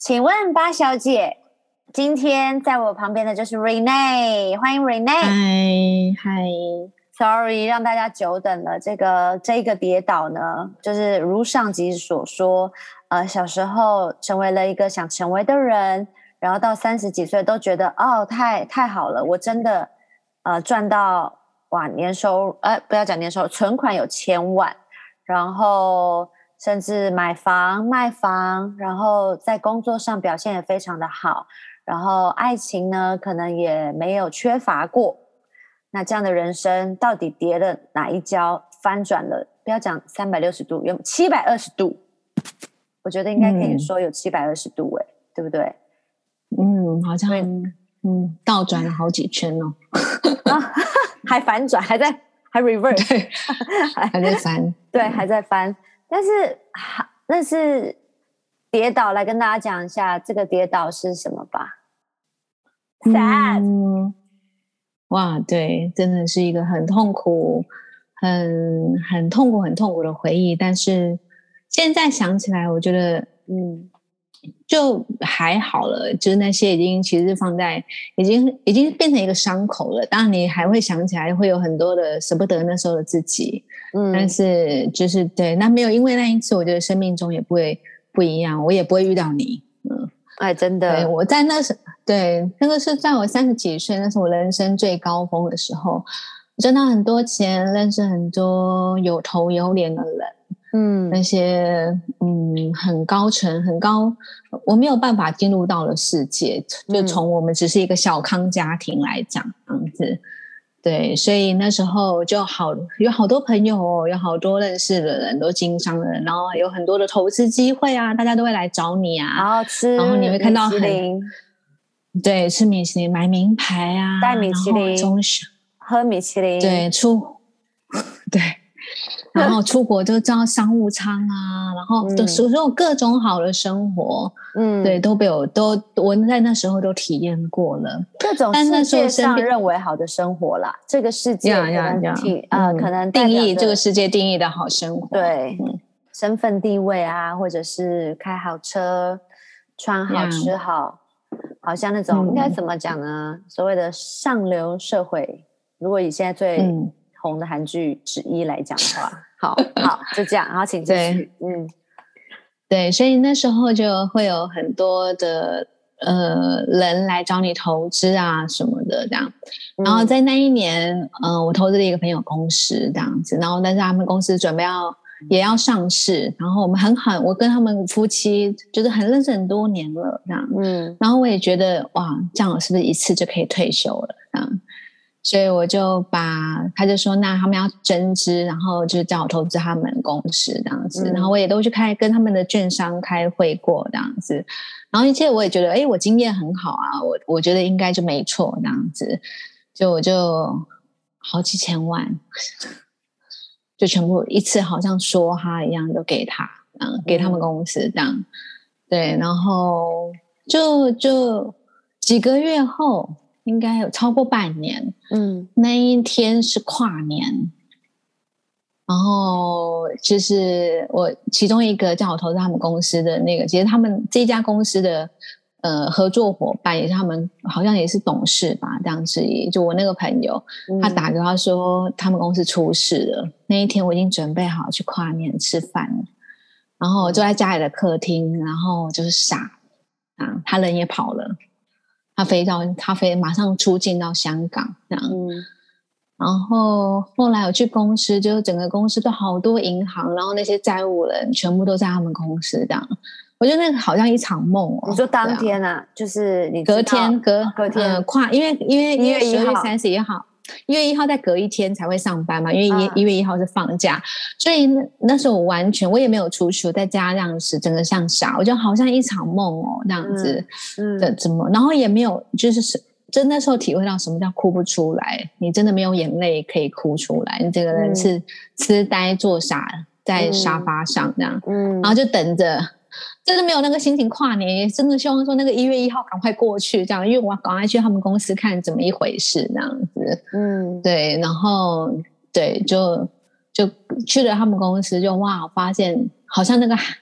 请问八小姐，今天在我旁边的就是 Renee， 欢迎 Renee。 嗨 Sorry 让大家久等了。这个跌倒呢，就是如上集所说，小时候成为了一个想成为的人，然后到30几岁都觉得哦，太好了，我真的赚到哇年收入，不要讲年收入，存款有1000万，然后甚至买房卖房，然后在工作上表现也非常的好，然后爱情呢可能也没有缺乏过。那这样的人生到底跌了哪一跤，翻转了？不要讲360度，有720度，我觉得应该可以说有720度，对不对？ 好像倒转了好几圈哦， 还反转，还 reverse， 对，还在翻， 对，还在翻。但是那是跌倒，来跟大家讲一下这个跌倒是什么吧。sad。 哇，对，真的是一个很痛苦、很痛苦的回忆。但是现在想起来，我觉得，就还好了。就是那些其实是放在已经变成一个伤口了。当然，你还会想起来，会有很多的舍不得那时候的自己。但是就是对，那没有因为那一次，我觉得生命中也不一样，我也不会遇到你。 真的， 对，我在那个是在我30几岁，那是我人生最高峰的时候，挣到很多钱，认识很多有头有脸的人，那些很高层很高，我没有办法进入到了世界，就从我们只是一个小康家庭来讲，这样子。对，所以那时候就有好多朋友哦，有好多认识的人，都经商的人，然后有很多的投资机会啊，大家都会来找你啊， 然后你会看到对，吃米其林，买名牌啊， 带米其林，喝米其林， 对，对。然后出国就叫商务舱啊，然后所有各种好的生活，对，我在那时候都体验过了。 各种世界上认为好的生活啦，这个世界可能定义这个世界定义的好生活， 对，身份地位啊，或者是开好车、穿好、吃好，好像那种应该怎么讲呢？所谓的上流社会，如果以现在最红的韩剧之一来讲的话，好，就这样，然后请继续。 对，所以那时候就会有很多的人来找你投资啊什么的这样。然后在那一年，我投资了一个朋友公司这样子，然后但是他们公司准备也要上市，然后我跟他们夫妻就是很认识很多年了这样。然后我也觉得哇，这样我是不是一次就可以退休了这样？所以他就说那他们要增资，然后就叫我投资他们公司这样子，然后我也都去跟他们的券商开会过这样子，然后一切我也觉得我经验很好啊，我觉得应该就没错这样子，我就好几千万就全部一次好像说哈一样都给给他们公司这样，对，然后就几个月后。应该有超过半年，那一天是跨年，然后就是我其中一个叫我投资他们公司的那个，其实他们这家公司的合作伙伴也是他们好像也是董事吧，这样子，就我那个朋友，他打给他说他们公司出事了，那一天我已经准备好去跨年吃饭了，然后我就在家里的客厅，然后就是傻啊，他人也跑了。他马上出境到香港这样，然后后来我去公司，就整个公司都好多银行，然后那些债务人全部都在他们公司这样，我觉得那个好像一场梦哦。 你说当天啊，就是你隔天因为 1月1号 12月31号1月1号再隔一天才会上班嘛，因为1月1号是放假，所以那时候我也没有出去，我在家这样子整个像傻，我就好像一场梦哦这样子的然后也没有就那时候体会到什么叫哭不出来，你真的没有眼泪可以哭出来，你这个人是痴呆做傻在沙发上这样，然后就等着。真的没有那个心情跨年，也真的希望说那个1月1号赶快过去，这样，因为我要赶快去他们公司看怎么一回事，这样子。对，然后对，就去了他们公司，就哇，发现好像那个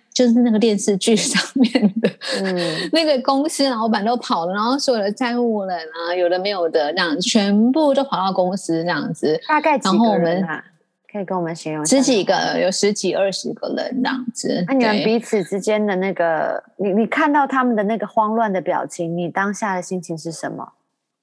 就是那个电视剧上面的那个公司老板都跑了，然后所有的债务人啊，有的没有的这样，全部都跑到公司这样子。 大概几个人啊？可以跟我们形容一下。 十几个，有10几20个人这样子。 那你们彼此之间的那个，你看到他们的那个慌乱的表情，你当下的心情是什么？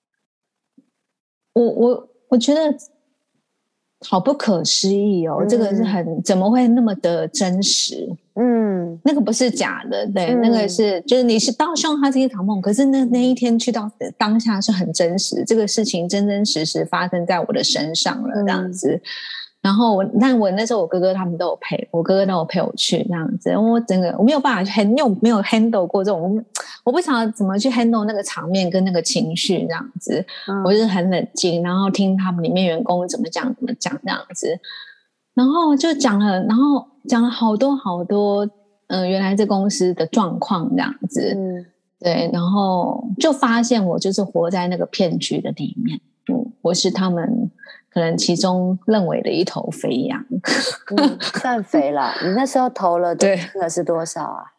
我觉得好不可思议哦，这个是怎么会那么的真实？那个不是假的，对，那个是就是你是希望它是一场梦，可是那一天去到当下是很真实，这个事情真真实实发生在我的身上了，这样子。然后我那时候我哥哥他们都有陪我去这样子，我整个我没有办法没有 handle 过这种，我不晓得怎么去 handle 那个场面跟那个情绪这样子，我就是很冷静，然后听他们里面员工怎么讲这样子，然后就讲了好多好多原来这公司的状况这样子，对，然后就发现我就是活在那个骗局的里面，我是他们可能其中认为的一头肥羊， 算肥了。你那时候投了的金额是多少啊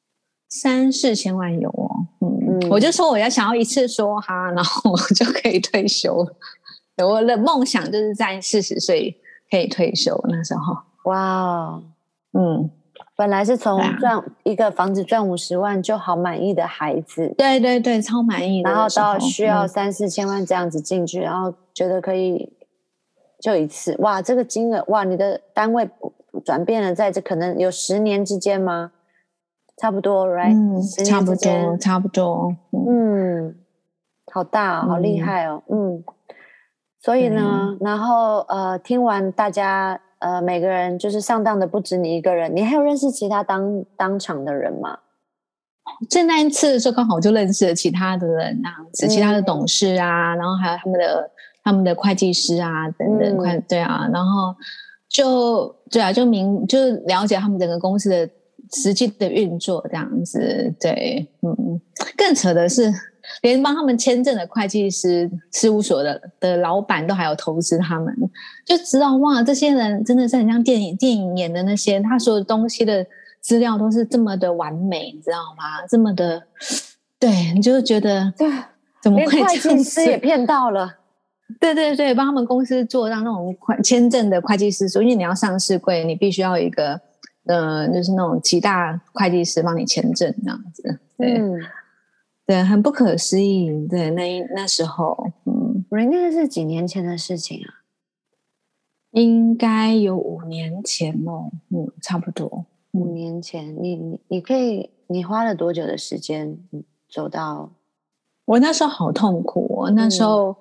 ？3-4千万有哦。我就说我想要一次说哈，然后我就可以退休了。我的梦想就是在40岁可以退休那时候。 哇，本来是从一个房子赚50万就好满意的孩子， 对，超满意的， 然后到需要3-4千万这样子进去，然后觉得可以就一次，哇，这个金额，哇，你的单位转变了，在这可能有10年之间吗？差不多 ，right？ 差不多， 好大，好厉害哦，所以呢，然后听完大家每个人就是上当的不止你一个人，你还有认识其他当场的人吗？ 在那一次的时候，刚好就认识了其他的人啊，其他的董事啊，然后还有他们的会计师啊等等，对啊，然后就了解他们整个公司的实际的运作这样子，对，更扯的是，连帮他们签证的会计师事务所的老板都还有投资他们，就知道哇，这些人真的是很像电影演的那些，他所有东西的资料都是这么的完美，你知道吗？这么的，对，你就觉得怎么会这样子？ 连会计师也骗到了。 对，帮他们公司做让那种签证的会计师说，因为你要上市柜，你必须要有一个就是那种极大会计师帮你签证这样子，对，很不可思议。对，那时候， 那是几年前的事情啊？ 应该有5年前哦，差不多 5年前。你花了多久的时间走到？ 我那时候好痛苦，我那时候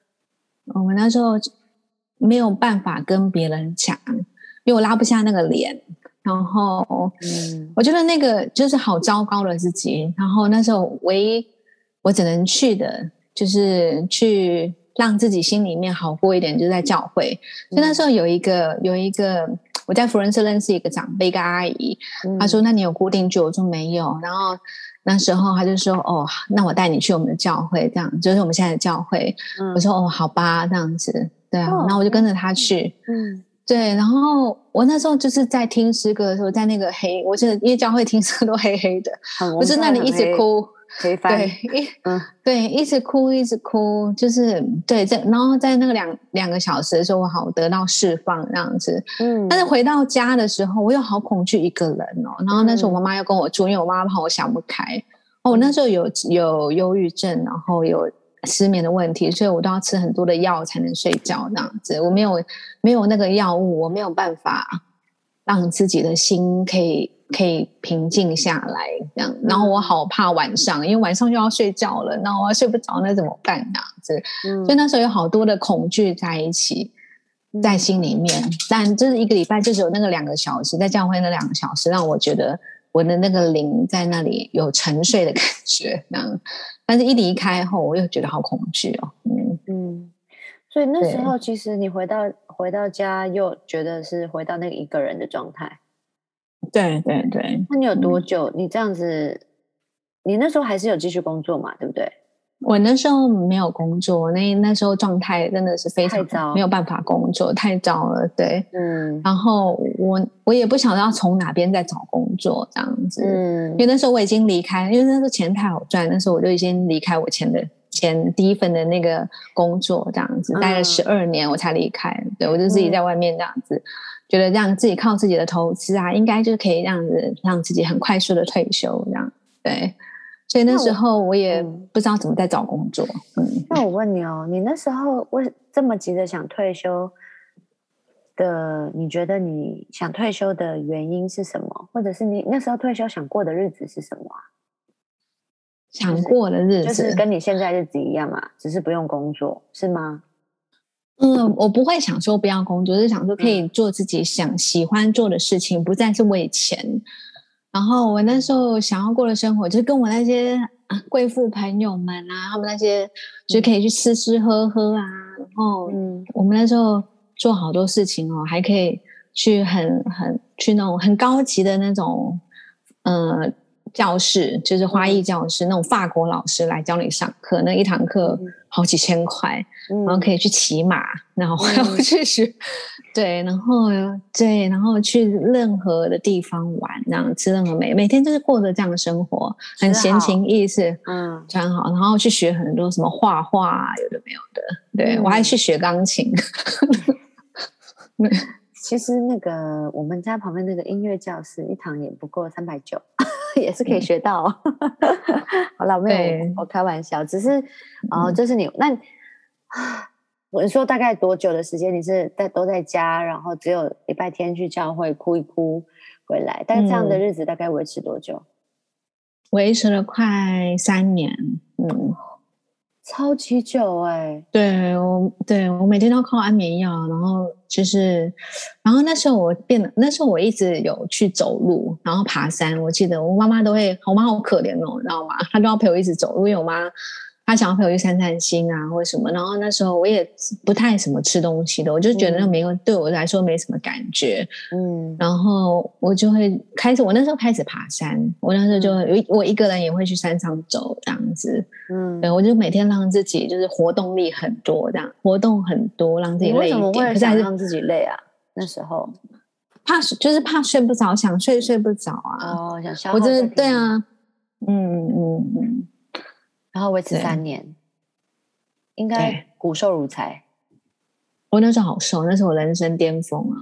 没有办法跟别人讲，因为我拉不下那个脸。然后，我觉得那个就是好糟糕的自己。然后那时候唯一我只能去的，就是去让自己心里面好过一点，就是在教会。所以那时候有一个，我在福仁社认识一个长辈，一个阿姨，她说：“那你有固定剧？”我说：“没有。”然后那时候她就说：“哦，那我带你去我们的教会，这样就是我们现在的教会。”我说：“哦，好吧，这样子。”对啊，然后我就跟着她去。对，然后我那时候就是在听诗歌的时候，在那个我记得因为教会听诗歌都黑黑的，我是那里一直哭，对，一直哭，就是对，然后在那个两个小时的时候，我好得到释放这样子。但是回到家的时候，我又好恐惧一个人哦。然后那时候我妈妈要跟我住，因为我妈妈怕我想不开。我那时候有忧郁症，然后有失眠的问题，所以我都要吃很多的药才能睡觉这样子。我没有那个药物，我没有办法让自己的心可以平静下来这样。然后我好怕晚上，因为晚上就要睡觉了，然后我睡不着，那怎么办这样子？所以那时候有好多的恐惧在一起，在心里面。但就是一个礼拜就只有那个2个小时，在教会那2个小时，让我觉得我的那个灵在那里有沉睡的感觉这样。但是一离开后，我又觉得好恐惧哦。 所以那时候其实你回到家，又觉得是回到那个一个人的状态。 对。 那你有多久？你这样子，你那时候还是有继续工作嘛？对不对？ 我那时候没有工作，那时候状态真的是非常没有办法工作，太糟了，对，然后我也不晓得要从哪边再找工作这样子，因为那时候我已经离开，因为那时候钱太好赚，那时候我就已经离开我第一份的那个工作这样子，待了12年我才离开，对，我就自己在外面这样子，觉得这样自己靠自己的投资啊，应该就可以这样子让自己很快速的退休这样，对。所以那时候我也不知道怎么在找工作。 那我问你哦，你那时候为这么急着想退休的，你觉得你想退休的原因是什么？或者是你那时候退休想过的日子是什么啊？ 想过的日子就是跟你现在日子一样嘛，只是不用工作，是吗？ 我不会想说不要工作，就是想说可以做自己喜欢做的事情，不再是为钱。然后我那时候想要过的生活，就是跟我那些贵妇朋友们啊，他们那些就可以去吃吃喝喝啊，然后我们那时候做好多事情哦，还可以去去那种很高级的那种教室，就是花艺教室，那种法国老师来教你上课，那一堂课好几千块，然后可以去骑马，然后去学，对，然后去任何的地方玩，这样吃任何每天就是过着这样的生活，很闲情逸致，这样好，然后去学很多什么画画啊，有的没有的，对我还去学钢琴。 其实那个我们家旁边那个音乐教室，一堂也不过390，也是可以学到。好了，没有，我开玩笑，只是就是你那我说大概多久的时间？你是都在家，然后只有礼拜天去教会哭一哭回来，但这样的日子大概维持多久？ 维持了快3年， 超级久哎！ 对我每天都靠安眠药，然后那时候我一直有去走路，然后爬山。我记得我妈好可怜哦，你知道吗？她都要陪我一直走路，因为我妈她想要陪我去散散心啊，或者什么。然后那时候我也不太什么吃东西的，我就觉得对我来说没什么感觉。然后我就会我那时候开始爬山，我那时候就我一个人也会去山上走这样子。对，我就每天让自己就是活动力很多，这样活动很多，让自己累一点。 你为什么会想让自己累啊？那时候怕睡不着，想睡不着啊。 想消耗。 对啊， 然后维持3年，应该骨瘦如柴。 我那时候好瘦，那是我人生巅峰啊！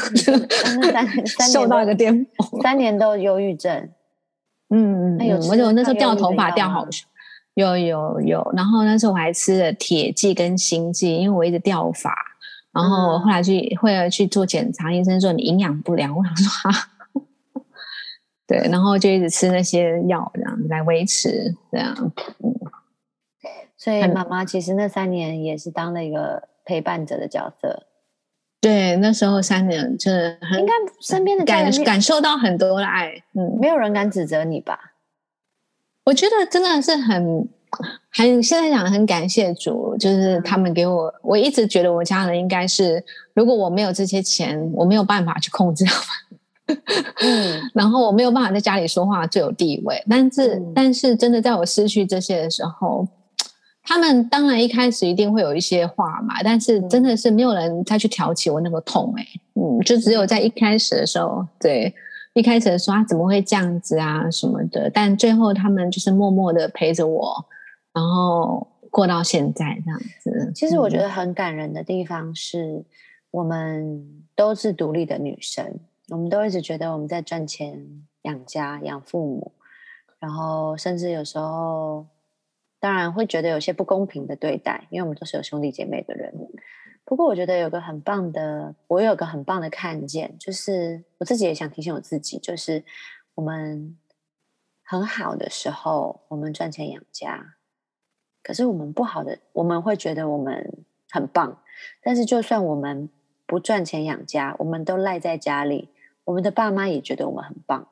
瘦到一个巅峰 ，3年都忧郁症。 而且我那时候掉头发掉好有，然后那时候我还吃了铁剂跟锌剂，因为我一直掉发，然后后来去做检查，医生说你营养不良，我想说对，然后就一直吃那些药，这样来维持这样。 所以妈妈其实那3年也是当了一个陪伴者的角色。 对，那时候3年真的应该身边的家人感受到很多的爱。 没有人敢指责你吧？ 我觉得真的是现在讲很感谢主，就是他们给我一直觉得我家人应该是，如果我没有这些钱，我没有办法去控制他们。然后我没有办法在家里说话最有地位，但是真的在我失去这些的时候，他们当然一开始一定会有一些话嘛，但是真的是没有人再去挑起我那个痛就只有在一开始的时候，对，一开始的时候怎么会这样子啊什么的，但最后他们就是默默的陪着我，然后过到现在这样子。 其实我觉得很感人的地方是，我们都是独立的女生，我们都一直觉得我们在赚钱养家养父母，然后甚至有时候当然会觉得有些不公平的对待，因为我们都是有兄弟姐妹的人。不过我觉得我有个很棒的看见，就是我自己也想提醒我自己，就是我们很好的时候我们赚钱养家，可是我们不好的我们会觉得我们很棒，但是就算我们不赚钱养家，我们都赖在家里，我们的爸妈也觉得我们很棒。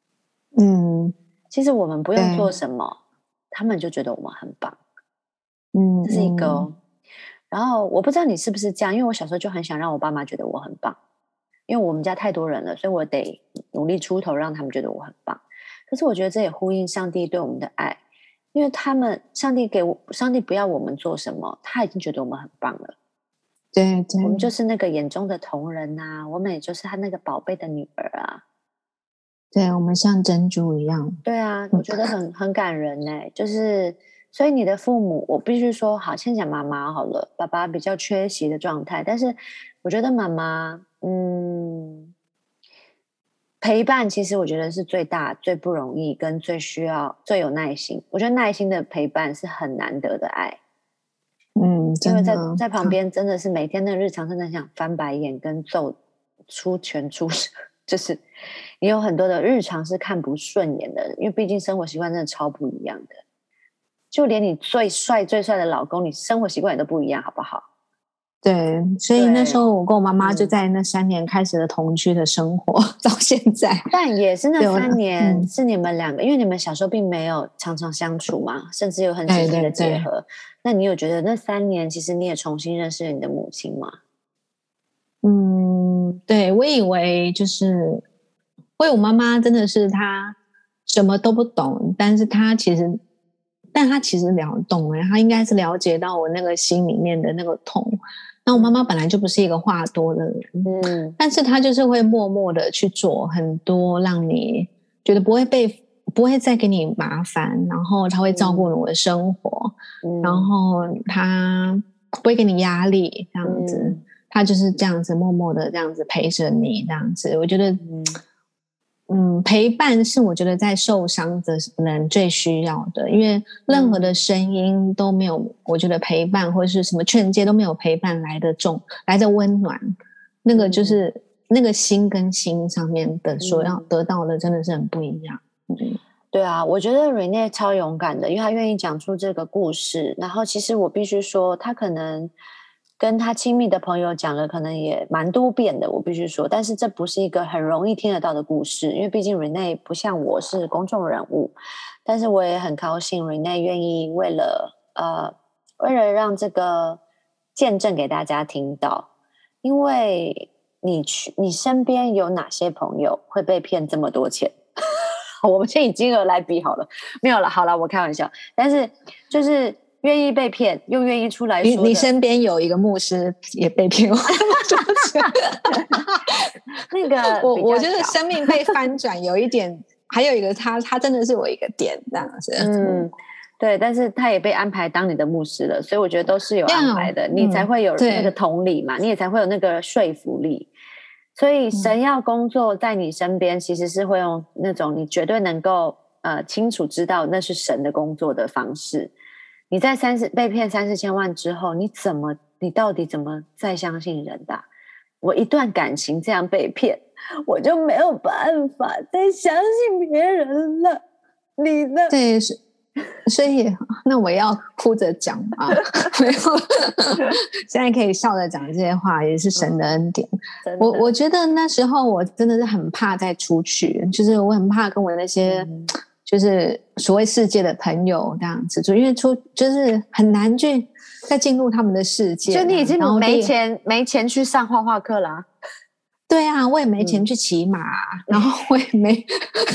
其实我们不用做什么，他们就觉得我们很棒。这是一个然后我不知道你是不是这样，因为我小时候就很想让我爸妈觉得我很棒，因为我们家太多人了，所以我得努力出头让他们觉得我很棒。可是我觉得这也呼应上帝对我们的爱， 因为上帝不要我们做什么，他已经觉得我们很棒了。 对对， 我们就是那个眼中的瞳人啊，我们也就是他那个宝贝的女儿啊。 对，我们像珍珠一样。 对啊，我觉得很感人欸，就是所以你的父母，我必须说好，先讲妈妈好了，爸爸比较缺席的状态，但是我觉得妈妈，陪伴其实我觉得是最大、最不容易跟最需要、最有耐心。我觉得耐心的陪伴是很难得的爱。因为在旁边真的是每天的日常，真的想翻白眼跟出拳出手，就是你有很多的日常是看不顺眼的，因为毕竟生活习惯真的超不一样的。就连你最帅的老公，你生活习惯也都不一样，好不好？ 对，所以那时候我跟我妈妈就在那3年开始了同居的生活，到现在。 但也是那3年是你们2个，因为你们小时候并没有常常相处嘛，甚至有很紧密的结合。那你有觉得那3年其实你也重新认识了你的母亲吗？ 对，我以为就是我妈妈真的是她什么都不懂，但她其实懂她应该是了解到我那个心里面的那个痛。那我妈妈本来就不是一个话多的人，但是她就是会默默的去做很多让你觉得不会再给你麻烦，然后她会照顾我的生活，然后她不会给你压力，这样子，她就是这样子默默的这样子陪着你，这样子，我觉得陪伴是我觉得在受伤的人最需要的，因为任何的声音都没有，我觉得陪伴或者是什么劝诫都没有陪伴来得重，来得温暖。那个就是那个心跟心上面的所要得到的真的是很不一样。 对啊，我觉得 Renee 超勇敢的，因为她愿意讲出这个故事。然后其实我必须说，她可能跟他亲密的朋友讲了，可能也蛮多遍的，我必须说。但是这不是一个很容易听得到的故事，因为毕竟 Renee 不像我是公众人物。但是我也很高兴 Renee 愿意为了让这个见证给大家听到。因为你身边有哪些朋友会被骗这么多钱？我们先以金额来比好了，没有了，好了，我开玩笑。但是就是愿意被骗，又愿意出来说的。 你身边有一个牧师也被骗完那个我觉得生命被翻转有一点，还有一个他真的是我一个点这样子。 对，但是他也被安排当你的牧师了，所以我觉得都是有安排的，你才会有那个同理嘛，你也才会有那个说服力。所以神要工作在你身边，其实是会用那种你绝对能够清楚知道那是神的工作的方式。你在被骗30千万之后，你到底怎么再相信人的？我一段感情这样被骗，我就没有办法再相信别人了。你呢？ 对，所以那我要哭着讲啊，没有，现在可以笑着讲这些话，也是神的恩典。我觉得那时候我真的是很怕再出去，就是我很怕跟我那些就是所谓世界的朋友这样子，因为就是很难去再进入他们的世界。 就你已经没钱去上画画课啦。 对啊，我也没钱去骑马，然后我也没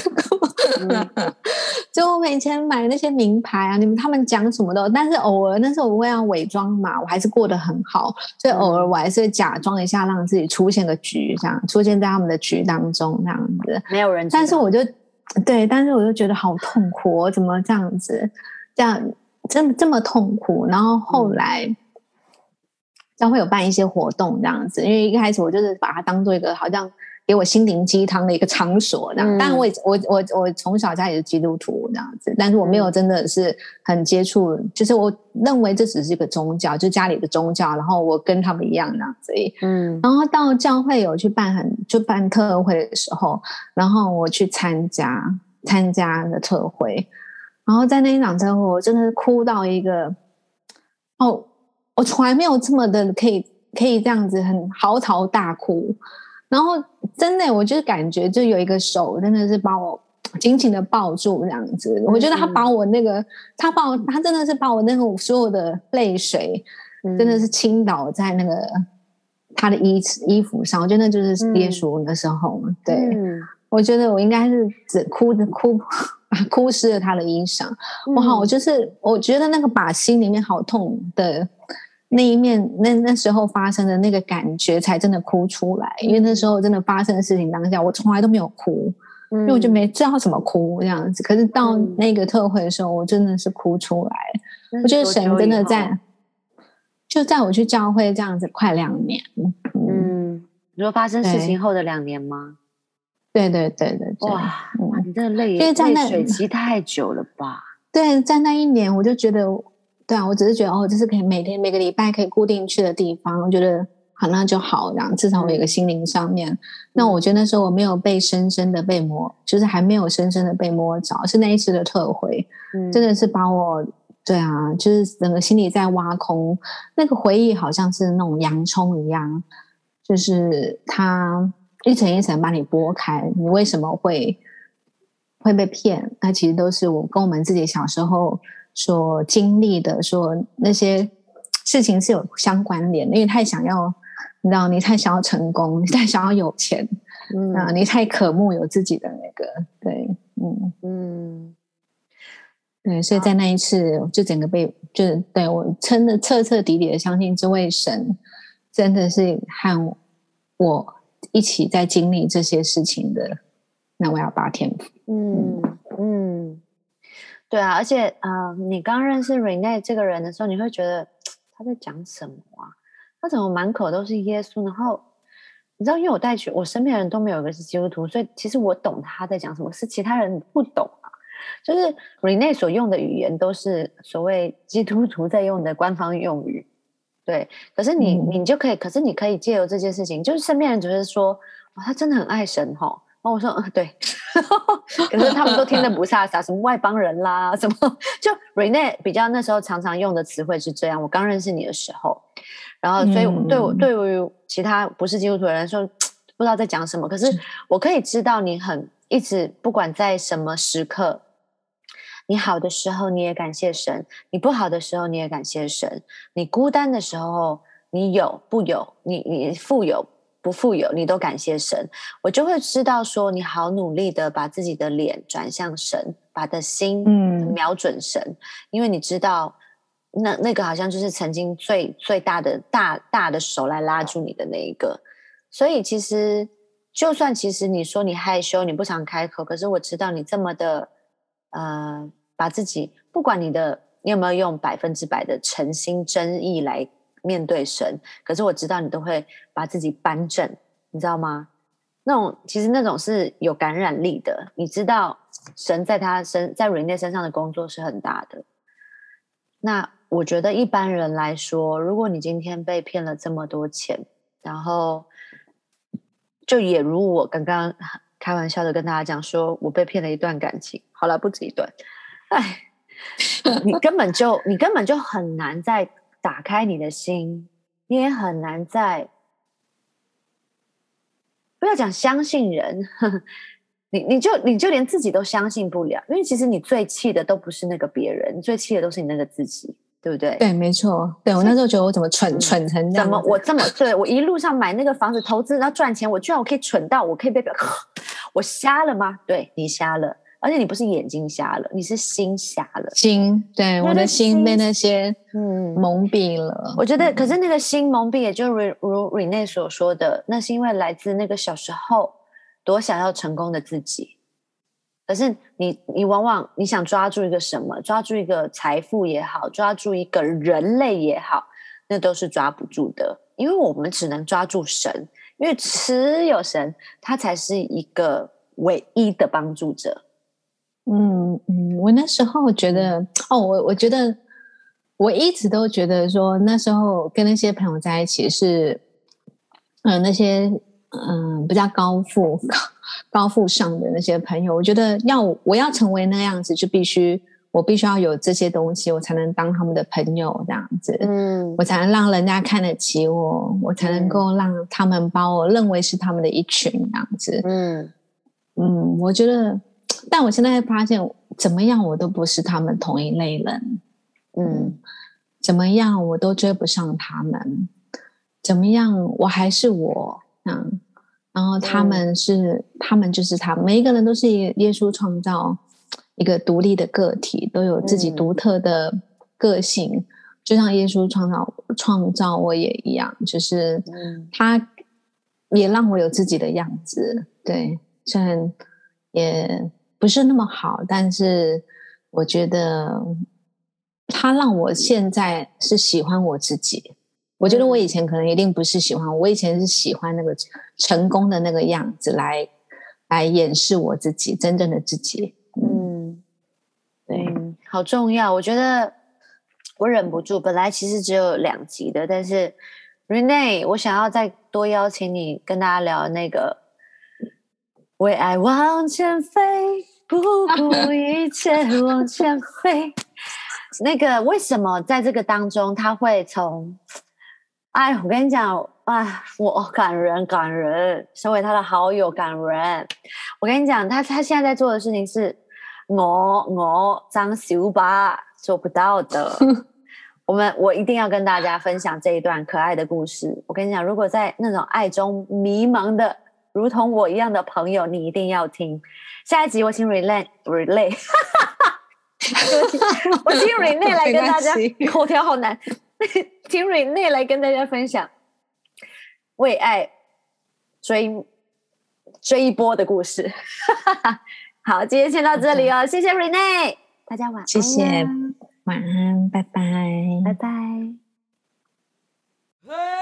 就我没钱买那些名牌啊，他们讲什么的，但是偶尔那时候我会要伪装嘛，我还是过得很好，所以偶尔我还是会假装一下，让自己出现个局，这样出现在他们的局当中这样子， 没有人知道。 但是我就觉得好痛苦，我怎么这样子，这么痛苦，然后后来。将会有办一些活动这样子，因为一开始我就是把它当做一个好像给我心灵鸡汤的一个场所这样。当然我从小家里是基督徒这样子，但是我没有真的是很接触，就是我认为这只是一个宗教，就家里的宗教，然后我跟他们一样这样子。然后到教会有去办特会的时候，然后我去参加的特会，然后在那一场特会，我真的是哭到一个我从来没有这么的可以这样子很嚎啕大哭，然后真的我就是感觉就有一个手真的是把我紧紧的抱住这样子，我觉得他把我那个他真的是把我那个所有的泪水真的是倾倒在那个他的衣服上，我觉得那就是耶稣的时候。对，我觉得我应该是只哭哭湿了他的衣裳。我觉得那个把心里面好痛的那一面，那时候发生的那个感觉才真的哭出来。因为那时候真的发生的事情当下，我从来都没有哭，因为我就没知道怎么哭这样子。可是到那个特会的时候，我真的是哭出来。我觉得神真的就在我去教会这样子快2年。 你说发生事情后的2年吗？ 对。 哇，你这泪水期太久了吧？ 对，在那一年我就觉得，对啊，我只是觉得这是可以每个礼拜可以固定去的地方，我觉得好那就好，这样至少我有一个心灵上面。那我觉得那时候我没有被深深的被摸，就是还没有深深的被摸着，是那一次的特会，真的是把我。对啊，就是整个心里在挖空，那个回忆好像是那种洋葱一样，就是它一层一层把你剥开，你为什么会被骗？那其实都是我跟我们自己小时候所经历的，说那些事情是有相关联的，因为太想要，你知道，你太想要成功，你太想要有钱，你太渴慕有自己的那个，对，对，所以在那一次，就整个对我真的彻彻底底的相信这位神真的是和我一起在经历这些事情的那位阿爸天父。 对啊，而且你刚认识 Renee 这个人的时候，你会觉得他在讲什么啊？他怎么满口都是耶稣？然后你知道，因为我身边的人都没有一个是基督徒，所以其实我懂他在讲什么，是其他人不懂啊。就是 Renee 所用的语言都是所谓基督徒在用的官方用语，对。可是你就可以，可是你可以借由这件事情，就是身边人只是说，他真的很爱神齁。然后我说，对。可是他们都听得不飒飒，什么外邦人啦，什么就 Renee 比较那时候常常用的词汇是这样。我刚认识你的时候，然后所以对于其他不是基督徒的人说，不知道在讲什么。可是我可以知道你一直不管在什么时刻。你好的时候你也感谢神，你不好的时候你也感谢神，你孤单的时候你有不有，你富有不富有你都感谢神。我就会知道说你好努力的把自己的脸转向神，把的心瞄准神，因为你知道那个好像就是曾经最大的手来拉住你的那一个。所以其实就算其实你说你害羞你不常开口，可是我知道你这么的把自己不管你有没有用100%的诚心真意来面对神，可是我知道你都会把自己扳正，你知道吗？其实那种是有感染力的，你知道神在Renee 身上的工作是很大的。那我觉得一般人来说，如果你今天被骗了这么多钱，然后就也如我刚刚开玩笑的跟大家讲说，我被骗了一段感情，好了，不止一段。你根本就很难再打开你的心，你也很难再不要讲相信人，你就连自己都相信不了，因为其实你最气的都不是那个别人，你最气的都是你那个自己，对不对？ 对，没错。对，我那时候觉得我怎么蠢成这样， 怎么我这么对我一路上买那个房子投资然后赚钱，我居然可以蠢到我可以被我瞎了吗？对，你瞎了。而且你不是眼睛瞎了，你是心瞎了。 对，我的心被那些蒙蔽了。 我觉得，可是那个心蒙蔽，也就如 Renee 所说的，那是因为来自那个小时候多想要成功的自己。可是你往往你想抓住一个什么，抓住一个财富也好，抓住一个人类也好，那都是抓不住的，因为我们只能抓住神，因为只有神，他才是一个唯一的帮助者。 我那时候觉得我觉得我一直都觉得说那时候跟那些朋友在一起是那些比较高富上的那些朋友，我觉得我要成为那样子，就我必须要有这些东西，我才能当他们的朋友这样子，我才能让人家看得起我才能够让他们把我认为是他们的一群这样子。我觉得。但我现在发现怎么样我都不是他们同一类人，怎么样我都追不上他们，怎么样我还是我，然后他们就是他们，每一个人都是耶稣创造一个独立的个体，都有自己独特的个性，就像耶稣创造我也一样，就是他也让我有自己的样子。对，虽然也不是那么好，但是我觉得他让我现在是喜欢我自己。我觉得我以前可能一定不是喜欢我以前是喜欢那个成功的那个样子来掩饰我自己真正的自己。 对，好重要。我觉得我忍不住，本来其实只有2集的，但是 Renee， 我想要再多邀请你跟大家聊那个为爱往前飞，不顾一切往前飞。那个为什么在这个当中他会从我跟你讲我感人，身为他的好友感人。我跟你讲，他现在在做的事情是我张小巴做不到的。我一定要跟大家分享这一段可爱的故事。我跟你讲，如果在那种爱中迷茫的如同我一样的朋友，你一定要听下一集。我请 Renee 我请 Renee 来跟大家口条好难请 Renee 来跟大家分享为爱追一波的故事好，今天先到这里哦，谢谢 Renee， 大家晚安。 谢谢，晚安，拜拜， 拜拜。